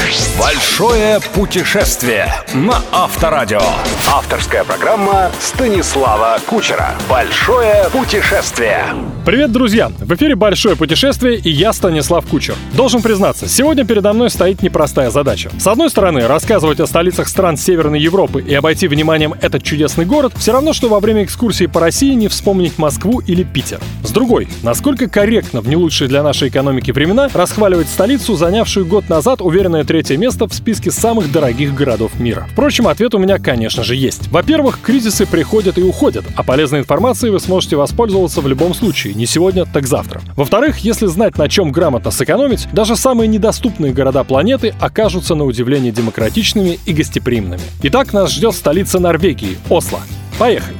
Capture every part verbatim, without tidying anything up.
Большое путешествие на Авторадио. Авторская программа Станислава Кучера. Большое путешествие. Привет, друзья! В эфире «Большое путешествие» и я, Станислав Кучер. Должен признаться, сегодня передо мной стоит непростая задача. С одной стороны, рассказывать о столицах стран Северной Европы и обойти вниманием этот чудесный город все равно, что во время экскурсии по России не вспомнить Москву или Питер. С другой, насколько корректно в не лучшие для нашей экономики времена расхваливать столицу, занявшую год назад уверенное третье место в списке самых дорогих городов мира? Впрочем, ответ у меня, конечно же, есть. Во-первых, кризисы приходят и уходят, а полезной информацией вы сможете воспользоваться в любом случае. Не сегодня, так завтра. Во-вторых, если знать, на чем грамотно сэкономить, даже самые недоступные города планеты окажутся на удивление демократичными и гостеприимными. Итак, нас ждет столица Норвегии – Осло. Поехали!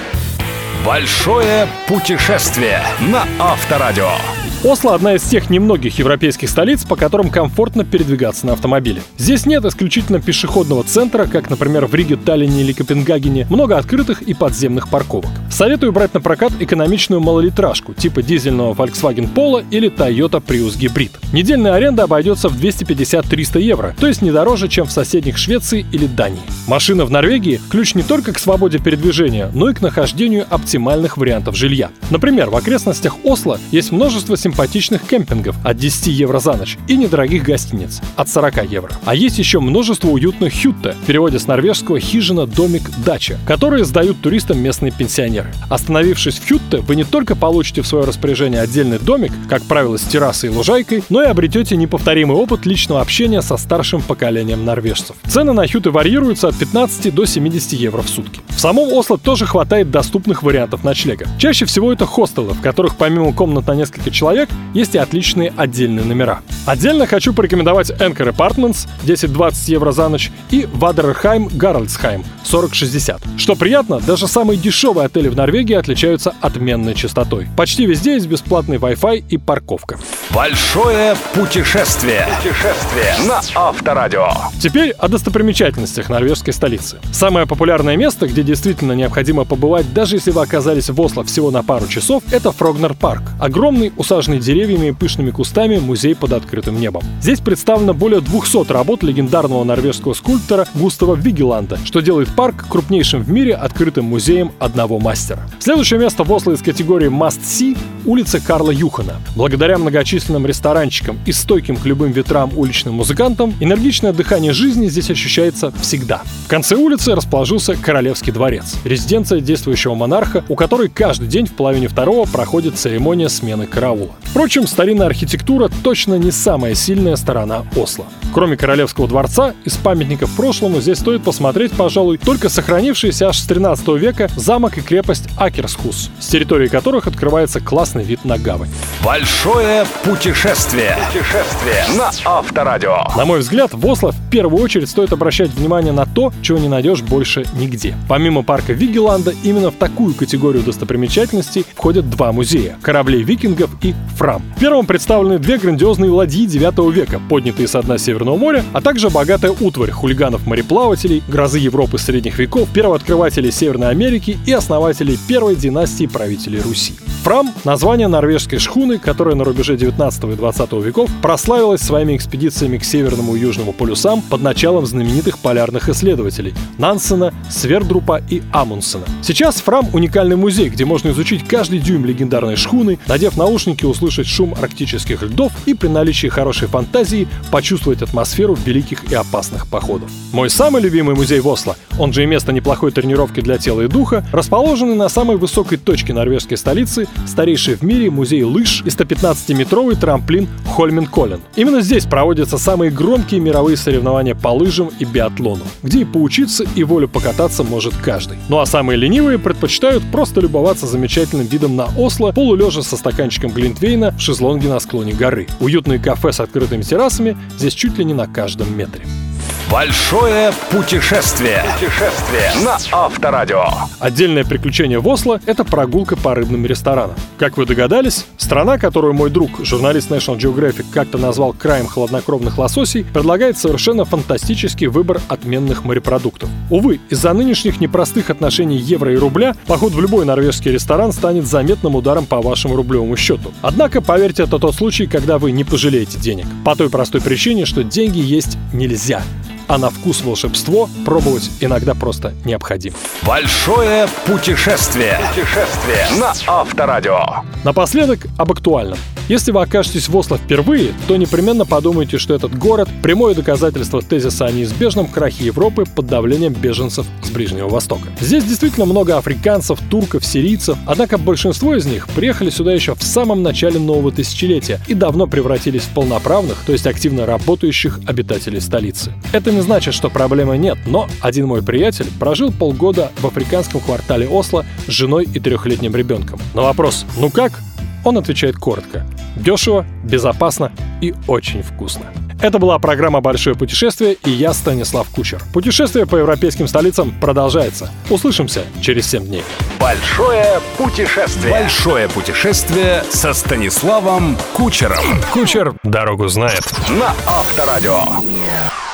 Большое путешествие на Авторадио. Осло – одна из тех немногих европейских столиц, по которым комфортно передвигаться на автомобиле. Здесь нет исключительно пешеходного центра, как, например, в Риге, Таллине или Копенгагене, много открытых и подземных парковок. Советую брать на прокат экономичную малолитражку типа дизельного Volkswagen Polo или Toyota Prius Hybrid. Недельная аренда обойдется в двести пятьдесят - триста евро, то есть не дороже, чем в соседних Швеции или Дании. Машина в Норвегии – ключ не только к свободе передвижения, но и к нахождению оптимальных вариантов жилья. Например, в окрестностях Осло есть множество симпатичных симпатичных кемпингов от десяти евро за ночь и недорогих гостиниц от сорока евро. А есть еще множество уютных хютте, в переводе с норвежского хижина, домик, дача, которые сдают туристам местные пенсионеры. Остановившись в хютте, вы не только получите в свое распоряжение отдельный домик, как правило, с террасой и лужайкой, но и обретете неповторимый опыт личного общения со старшим поколением норвежцев. Цены на хютте варьируются от пятнадцати до семидесяти евро в сутки. В самом Осло тоже хватает доступных вариантов ночлега. Чаще всего это хостелы, в которых помимо комнат на несколько человек есть и отличные отдельные номера. Отдельно хочу порекомендовать Anchor Apartments десять-двадцать евро за ночь и Вадерерхайм Гаральдсхайм сорок шестьдесят. Что приятно, даже самые дешевые отели в Норвегии отличаются отменной чистотой. Почти везде есть бесплатный Wi-Fi и парковка. Большое путешествие. Путешествие на Авторадио. Теперь о достопримечательностях норвежской столицы. Самое популярное место, где действительно необходимо побывать, даже если вы оказались в Осло всего на пару часов, это Фрогнер парк. Огромный, усаженный деревьями и пышными кустами музей под открытым небом. Здесь представлено более двухсот работ легендарного норвежского скульптора Густава Вигеланда, что делает парк крупнейшим в мире открытым музеем одного мастера. Следующее место в Осло из категории Must See – улица Карла Юхана. Благодаря многочисленным ресторанчикам и стойким к любым ветрам уличным музыкантам, энергичное дыхание жизни здесь ощущается всегда. В конце улицы расположился Королевский дворец, резиденция действующего монарха, у которой каждый день в половине второго проходит церемония смены караула. Впрочем, старинная архитектура точно не самая сильная сторона Осло. Кроме Королевского дворца, из памятников прошлому здесь стоит посмотреть, пожалуй, только сохранившиеся аж с тринадцатого века замок и крепость Акерсхус, с территории которых открывается классный вид на гавань. Большое путешествие. Путешествие на Авторадио. На мой взгляд, в Осло в первую очередь стоит обращать внимание на то, чего не найдешь больше нигде. Помимо парка Вигеланда, именно в такую категорию достопримечательностей входят два музея – кораблей викингов и Фрам. В первом представлены две грандиозные ладьи девятого века, поднятые со дна Северного моря, а также богатая утварь хулиганов-мореплавателей, грозы Европы средних веков, первооткрывателей Северной Америки и основателей первой династии правителей Руси. Фрам – название норвежской шхуны, которая на рубеже девятнадцатого и двадцатого веков прославилась своими экспедициями к Северному и Южному полюсам под началом знаменитых полярных исследователей Нансена, Свердрупа и Амундсена. Сейчас Фрам – уникальный музей, где можно изучить каждый дюйм легендарной шхуны, надев наушники, услышать шум арктических льдов и при наличии хорошей фантазии почувствовать атмосферу великих и опасных походов. Мой самый любимый музей в Осло, он же и место неплохой тренировки для тела и духа, расположенный на самой высокой точке норвежской столицы, старейший в мире музей лыж и сто пятнадцатиметровый трамплин Хольменколлен. Именно здесь проводятся самые громкие мировые соревнования по лыжам и биатлону, где и поучиться, и волю покататься может каждый. Ну а самые ленивые предпочитают просто любоваться замечательным видом на Осло, полулежа со стаканчиком глинтвейна в шезлонге на склоне горы. Уютные кафе с открытыми террасами здесь чуть ли не на каждом метре. Большое путешествие. Путешествие на Авторадио. Отдельное приключение в Осло — это прогулка по рыбным ресторанам. Как вы догадались, страна, которую мой друг, журналист National Geographic, как-то назвал краем хладнокровных лососей, предлагает совершенно фантастический выбор отменных морепродуктов. Увы, из-за нынешних непростых отношений евро и рубля поход в любой норвежский ресторан станет заметным ударом по вашему рублевому счету. Однако, поверьте, это тот случай, когда вы не пожалеете денег. По той простой причине, что деньги есть нельзя. А на вкус волшебство пробовать иногда просто необходимо. Большое путешествие. Путешествие на Авторадио. Напоследок об актуальном. Если вы окажетесь в Осло впервые, то непременно подумайте, что этот город — прямое доказательство тезиса о неизбежном крахе Европы под давлением беженцев с Ближнего Востока. Здесь действительно много африканцев, турков, сирийцев, однако большинство из них приехали сюда еще в самом начале нового тысячелетия и давно превратились в полноправных, то есть активно работающих обитателей столицы. Это не значит, что проблемы нет, но один мой приятель прожил полгода в африканском квартале Осло с женой и трехлетним ребенком. На вопрос «ну как?», он отвечает коротко: дешево, безопасно и очень вкусно. Это была программа «Большое путешествие», и я, Станислав Кучер. Путешествие по европейским столицам продолжается. Услышимся через семь дней. Большое путешествие. Большое путешествие со Станиславом Кучером. Кучер дорогу знает. На Авторадио.